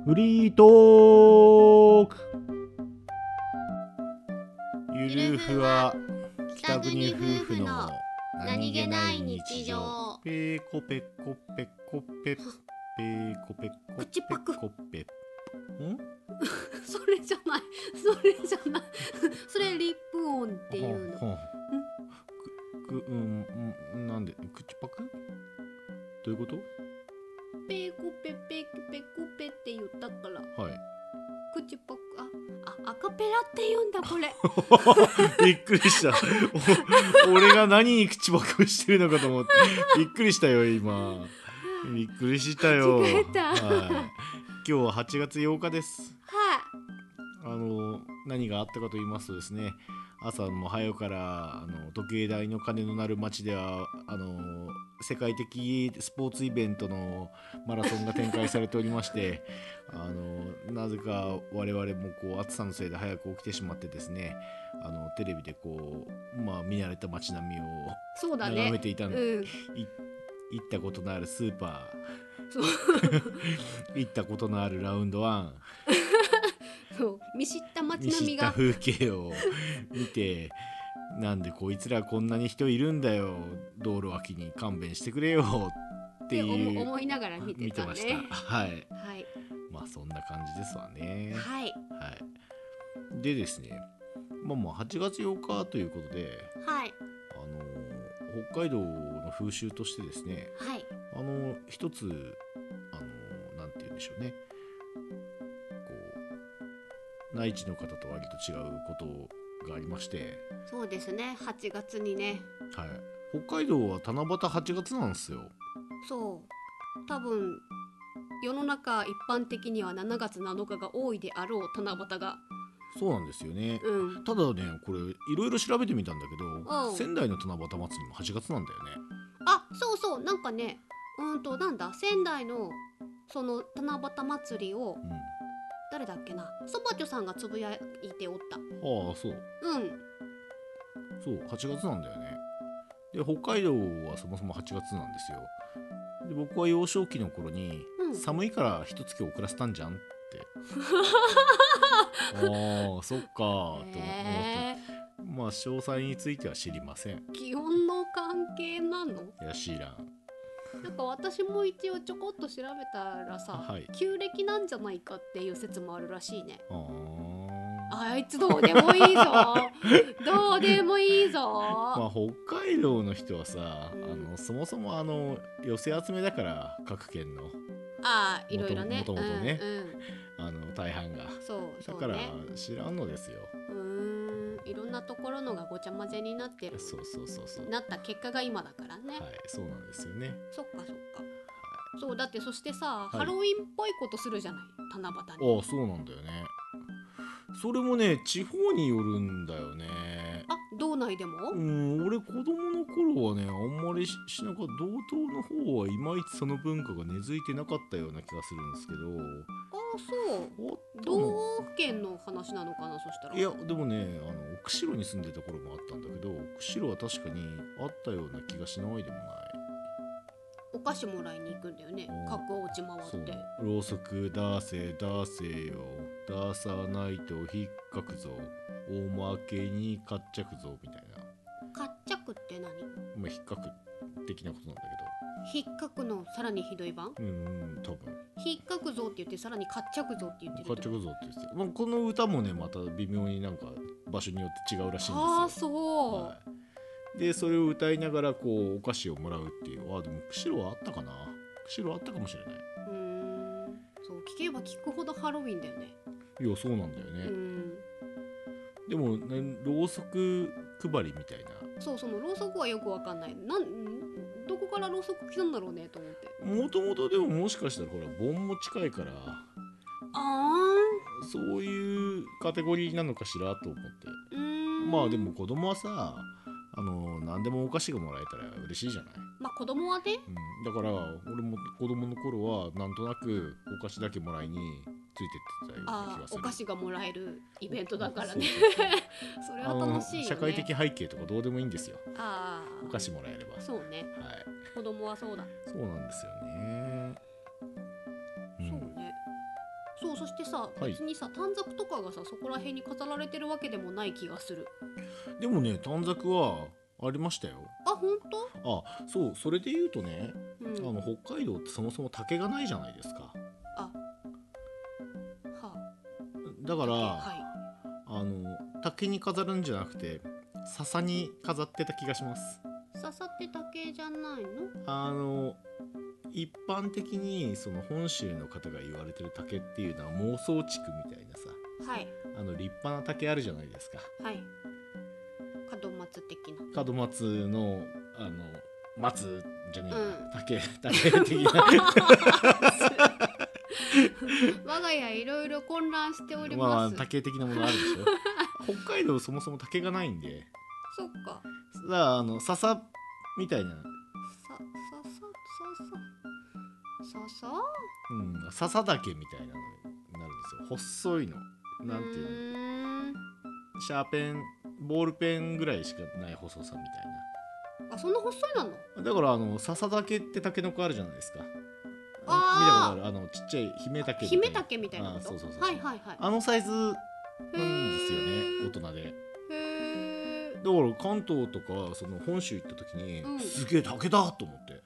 フリートーク。ゆるふわ北国夫婦の何気ない日常。ペコペコペコペペコペコ口パクコペ。 それじゃないそれじゃないそれリップ音っていうの。 なんで口パク？どういうこと？ ペコペペペコペって言ったからはい。 口パク。アカペラって言うんだこれびっくりした俺が何に口パクしてるのかと思ってびっくりしたよ今。びっくりしたよ。 間違えたはい、今日は8月8日です。 は何があったかと言いますとですね、朝も早くから時計台の鐘の鳴る街では世界的スポーツイベントのマラソンが展開されておりましてなぜか我々もこう暑さのせいで早く起きてしまってですね、テレビでこう見慣れた街並みをそうだね眺めていたんで、 うん、 行ったことのあるスーパそうー行ったことのあるラウンドワンそう見知った街見知った並みが風景を見てなんでこいつらこんなに人いるんだよ、道路脇に勘弁してくれよっていう思いながら見てたね。 ました。はい、 はい、 そんな感じですわね。 はいはい、でですね、8月8日ということで、 はい、 北海道の風習としてですね、 はい、 一つなんて言うんでしょうね、こう内地の方と割と違うことがありまして、 そうですね、8月にね、 はい、北海道は七夕8月なんですよ。 そう多分世の中一般的には7月7日が多いであろう七夕が。 そうなんですよね、 うん、 ただねこれいろいろ調べてみたんだけど、 うん、 仙台の七夕祭りも8月なんだよね。 そうそう、なんかね、なんだ仙台のその七夕祭りを、誰だっけな、そばちょさんがつぶやいておった。 そううんそう8月なんだよね。で北海道はそもそも8月なんですよ。で僕は幼少期の頃に、寒いから一月遅らせたんじゃんってそっかと思って、詳細については知りません。 気温の関係なの？ いや知らん。 なんか私も一応ちょこっと調べたらさ、 はい、 旧暦なんじゃないかっていう説もあるらしいね。 あいつどうでもいいぞどうでもいいぞ。 北海道の人はさ、そもそも寄せ集めだから各県のいろいろね、 もともとね、大半がそうだから知らんのですよ。 いろんなところのがごちゃ混ぜになってる。 そうなった結果が今だからね。 はい、そうなんですよね。 そっか、そうだって、そしてさ、ハロウィンっぽいことするじゃない、七夕に。 そうなんだよね。それもね地方によるんだよね。 道内でも？ 俺子供の頃はねあんまりしなかった。道東の方はいまいちその文化が根付いてなかったような気がするんですけど。 そう道府県の話なのかな、そしたら。 いやでもね釧路に住んでた頃もあったんだけど、釧路は確かにあったような気がしないでもない。 お菓子もらいに行くんだよね、各お家回って。 ろうそく出せよ、出さないと引っかくぞ、おまけにかっちゃくぞみたいな。 かっちゃくって何？ 引っかく的なことなんだけど、引っかくのさらにひどい版？ 多分引っかくぞって言ってさらにかっちゃくぞって言ってる。 かっちゃくぞって言って、この歌もねまた微妙になんか場所によって違うらしいんですよ。 そう、 でそれを歌いながらこうお菓子をもらうっていう。でも釧路はあったかな。釧路あったかもしれない。 そう聞けば聞くほどハロウィンだよね。 いやそうなんだよね。でもねろうそく配りみたいな。 そのろうそくはよくわかんない。どこからろうそく来たんだろうねと思って。 もともとでももしかしたらほら盆も近いからそういうカテゴリーなのかしらと思って。でも子供はさ何でもお菓子がもらえたら嬉しいじゃない。 子供はね、 だから俺も子供の頃はなんとなくお菓子だけもらいについてってたような気がする。 お菓子がもらえるイベントだからねそれは楽しいよね。 社会的背景とかどうでもいいんですよ。お菓子もらえれば。 そうね、子供はそうだ。 そうなんですよね。 そしてさ、 はい別にさ短冊とかがさそこら辺に飾られてるわけでもない気がする。 でもね短冊はありましたよ。 あ、本当？ そうそれで言うとね、 うん。 北海道ってそもそも竹がないじゃないですか。 あ、はだから、 は竹に飾るんじゃなくて笹に飾ってた気がします。 い。笹って竹じゃないの？ 一般的にその本州の方が言われてる竹っていうのは孟宗竹みたいなさ、 はい。 立派な竹あるじゃないですか。 はい。門松的な。 門松の松じゃねえな、 うん竹的な我が家いろいろ混乱しております。 竹的なものあるでしょ北海道そもそも竹がないんで、 そっか。 だから笹みたいな、笹竹みたいなのになるんですよ。細いのなんていうの、シャーペンボールペンぐらいしかない細さみたいあ、そんな細いなの？ な。だから笹竹ってタケノコあるじゃないですか。 あー、 見たことある、ちっちゃい姫竹みたいな。 姫竹みたいなこと？ そうそうそう、 はいはいはい。 あのサイズなんですよね、大人で。 へだから関東とかその本州行った時に、すげえ竹だと思って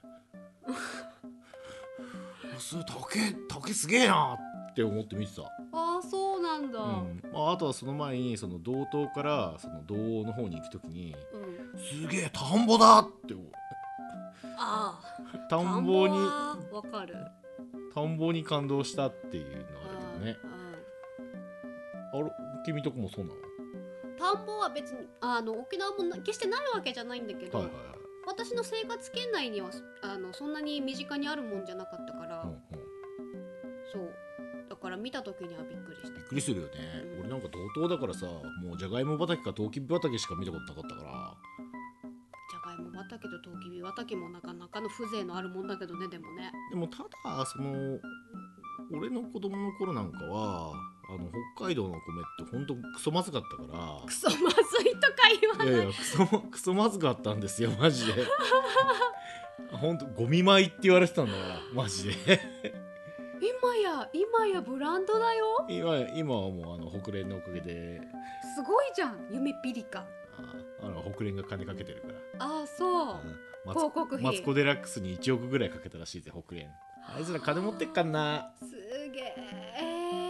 竹すげえなって思って見てた。 あー、そうなんだ。 あとはその前にその道東からその道央の方に行く時に、すげえ田んぼだって思う。 ああ、 田んぼにわかる。 田んぼに感動したっていうのあるけどね。あれ君とこもそうなの？ 田んぼは別に沖縄も決してないわけじゃないんだけど、私の生活圏内にはそんなに身近にあるもんじゃなかったから、そうだから見た時にはびっくりした。 びっくりするよね。俺なんか道東だからさ、もうじゃがいも畑かトウキビ畑しか見たことなかったから。 じゃがいも畑とトウキビ畑もなかなかの風情のあるもんだけどね。でもね、 でもただその俺の子供の頃なんかは北海道の米ってほんとクソまずかったから。 クソまずいとか言わない。 いやいやクソまずかったんですよマジでほんとゴミ米って言われてたんだよマジで今やブランドだよ。 今はもう北連のおかげですごいじゃん。夢ピリカ。 北連が金かけてるから。 ああ、そう。広告費マツコデラックスに1億ぐらいかけたらしいぜ北連。あいつら金持ってっかんな。 すげえ。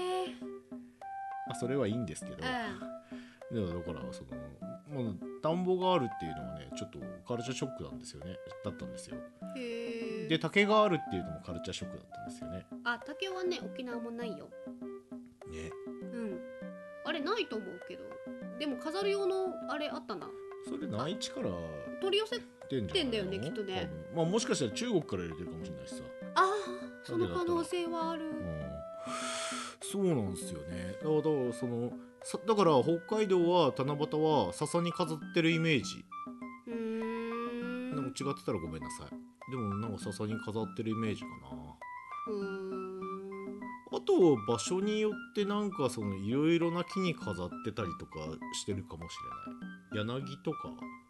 それはいいんですけど、でもだからそのもう田んぼがあるっていうのはねちょっとカルチャーショックなんですよね。だったんですよ。で竹があるっていうのもカルチャーショックだったんですよね。 竹はね沖縄もないよね。 あれないと思うけど、でも飾る用のあれあったな。 それ内地から取り寄せてんだよねきっとね。 もしかしたら中国から入れてるかもしれないしさ。 その可能性はある。 そうなんですよね。だから北海道は七夕は笹に飾ってるイメージ。でも違ってたらごめんなさい。でもなんか笹に飾ってるイメージかな。あと場所によってなんかそのいろいろな木に飾ってたりとかしてるかもしれない。柳とか。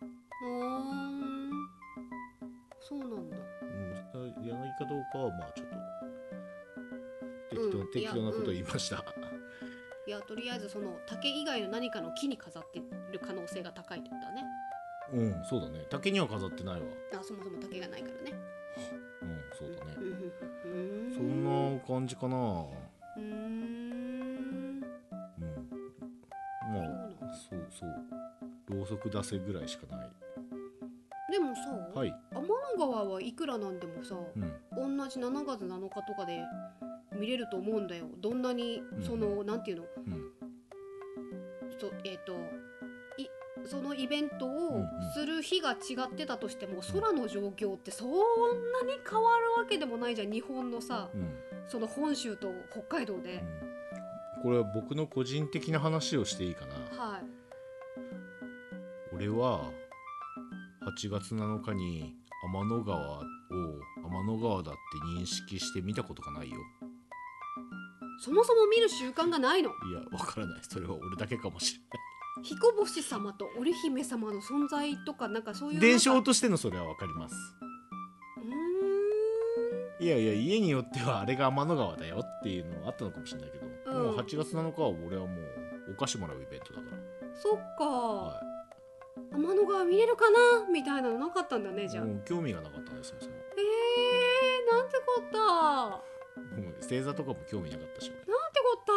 そうなんだ。 柳かどうかはまあちょっと適当なことを言いました。 いやとりあえずその竹以外の何かの木に飾ってる可能性が高いってことだね。 そうだね。竹には飾ってないわ。 そもそも竹がないからね。 そうだね。そんな感じかな。そうろうそく出せぐらいしかない。 でもさ、天の川はいくらなんでもさ、同じ7月7日とかで見れると思うんだよ。どんなにその、なんていうの、そのイベントをする日が違ってたとしても、空の状況ってそんなに変わるわけでもないじゃん。日本のさ、その本州と北海道で。 これは僕の個人的な話をしていいかな。俺は8月7日に天の川を天の川だって認識して見たことがないよ。 そもそも見る習慣がないの？いや、わからない。それは俺だけかもしれない。 彦星様と織姫様の存在とかなんかそういう伝承としてのそれはわかります。 いやいや、家によってはあれが天の川だよっていうのはあったのかもしれないけど、もう8月7日は俺はもうお菓子もらうイベントだから。 そっか、 は天の川見れるかなみたいなのなかったんだね、じゃあ。 もう興味がなかったんですよ、そも。 なんてこったもう星座とかも興味なかったし、 なんてこった。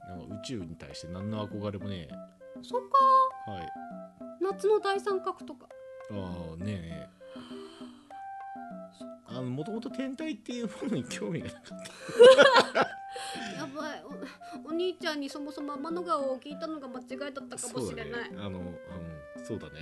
なんか宇宙に対して何の憧れもね。 そっか。 はい。 夏の大三角とか。 ああ、ねえねえ。もともと天体っていうものに興味がなかった。 やばい、お兄ちゃんにそもそも天の川を聞いたのが間違いだったかもしれない。 そうだね。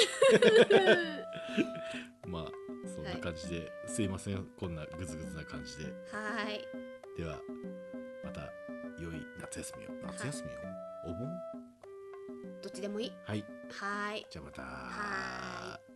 まあそんな感じで、はい、すいません、こんなグズグズな感じで。 はい。 ではまた良い夏休みを。夏休みを、お盆、 どっちでもいい。 はい。 はい。 じゃあまた。 はい。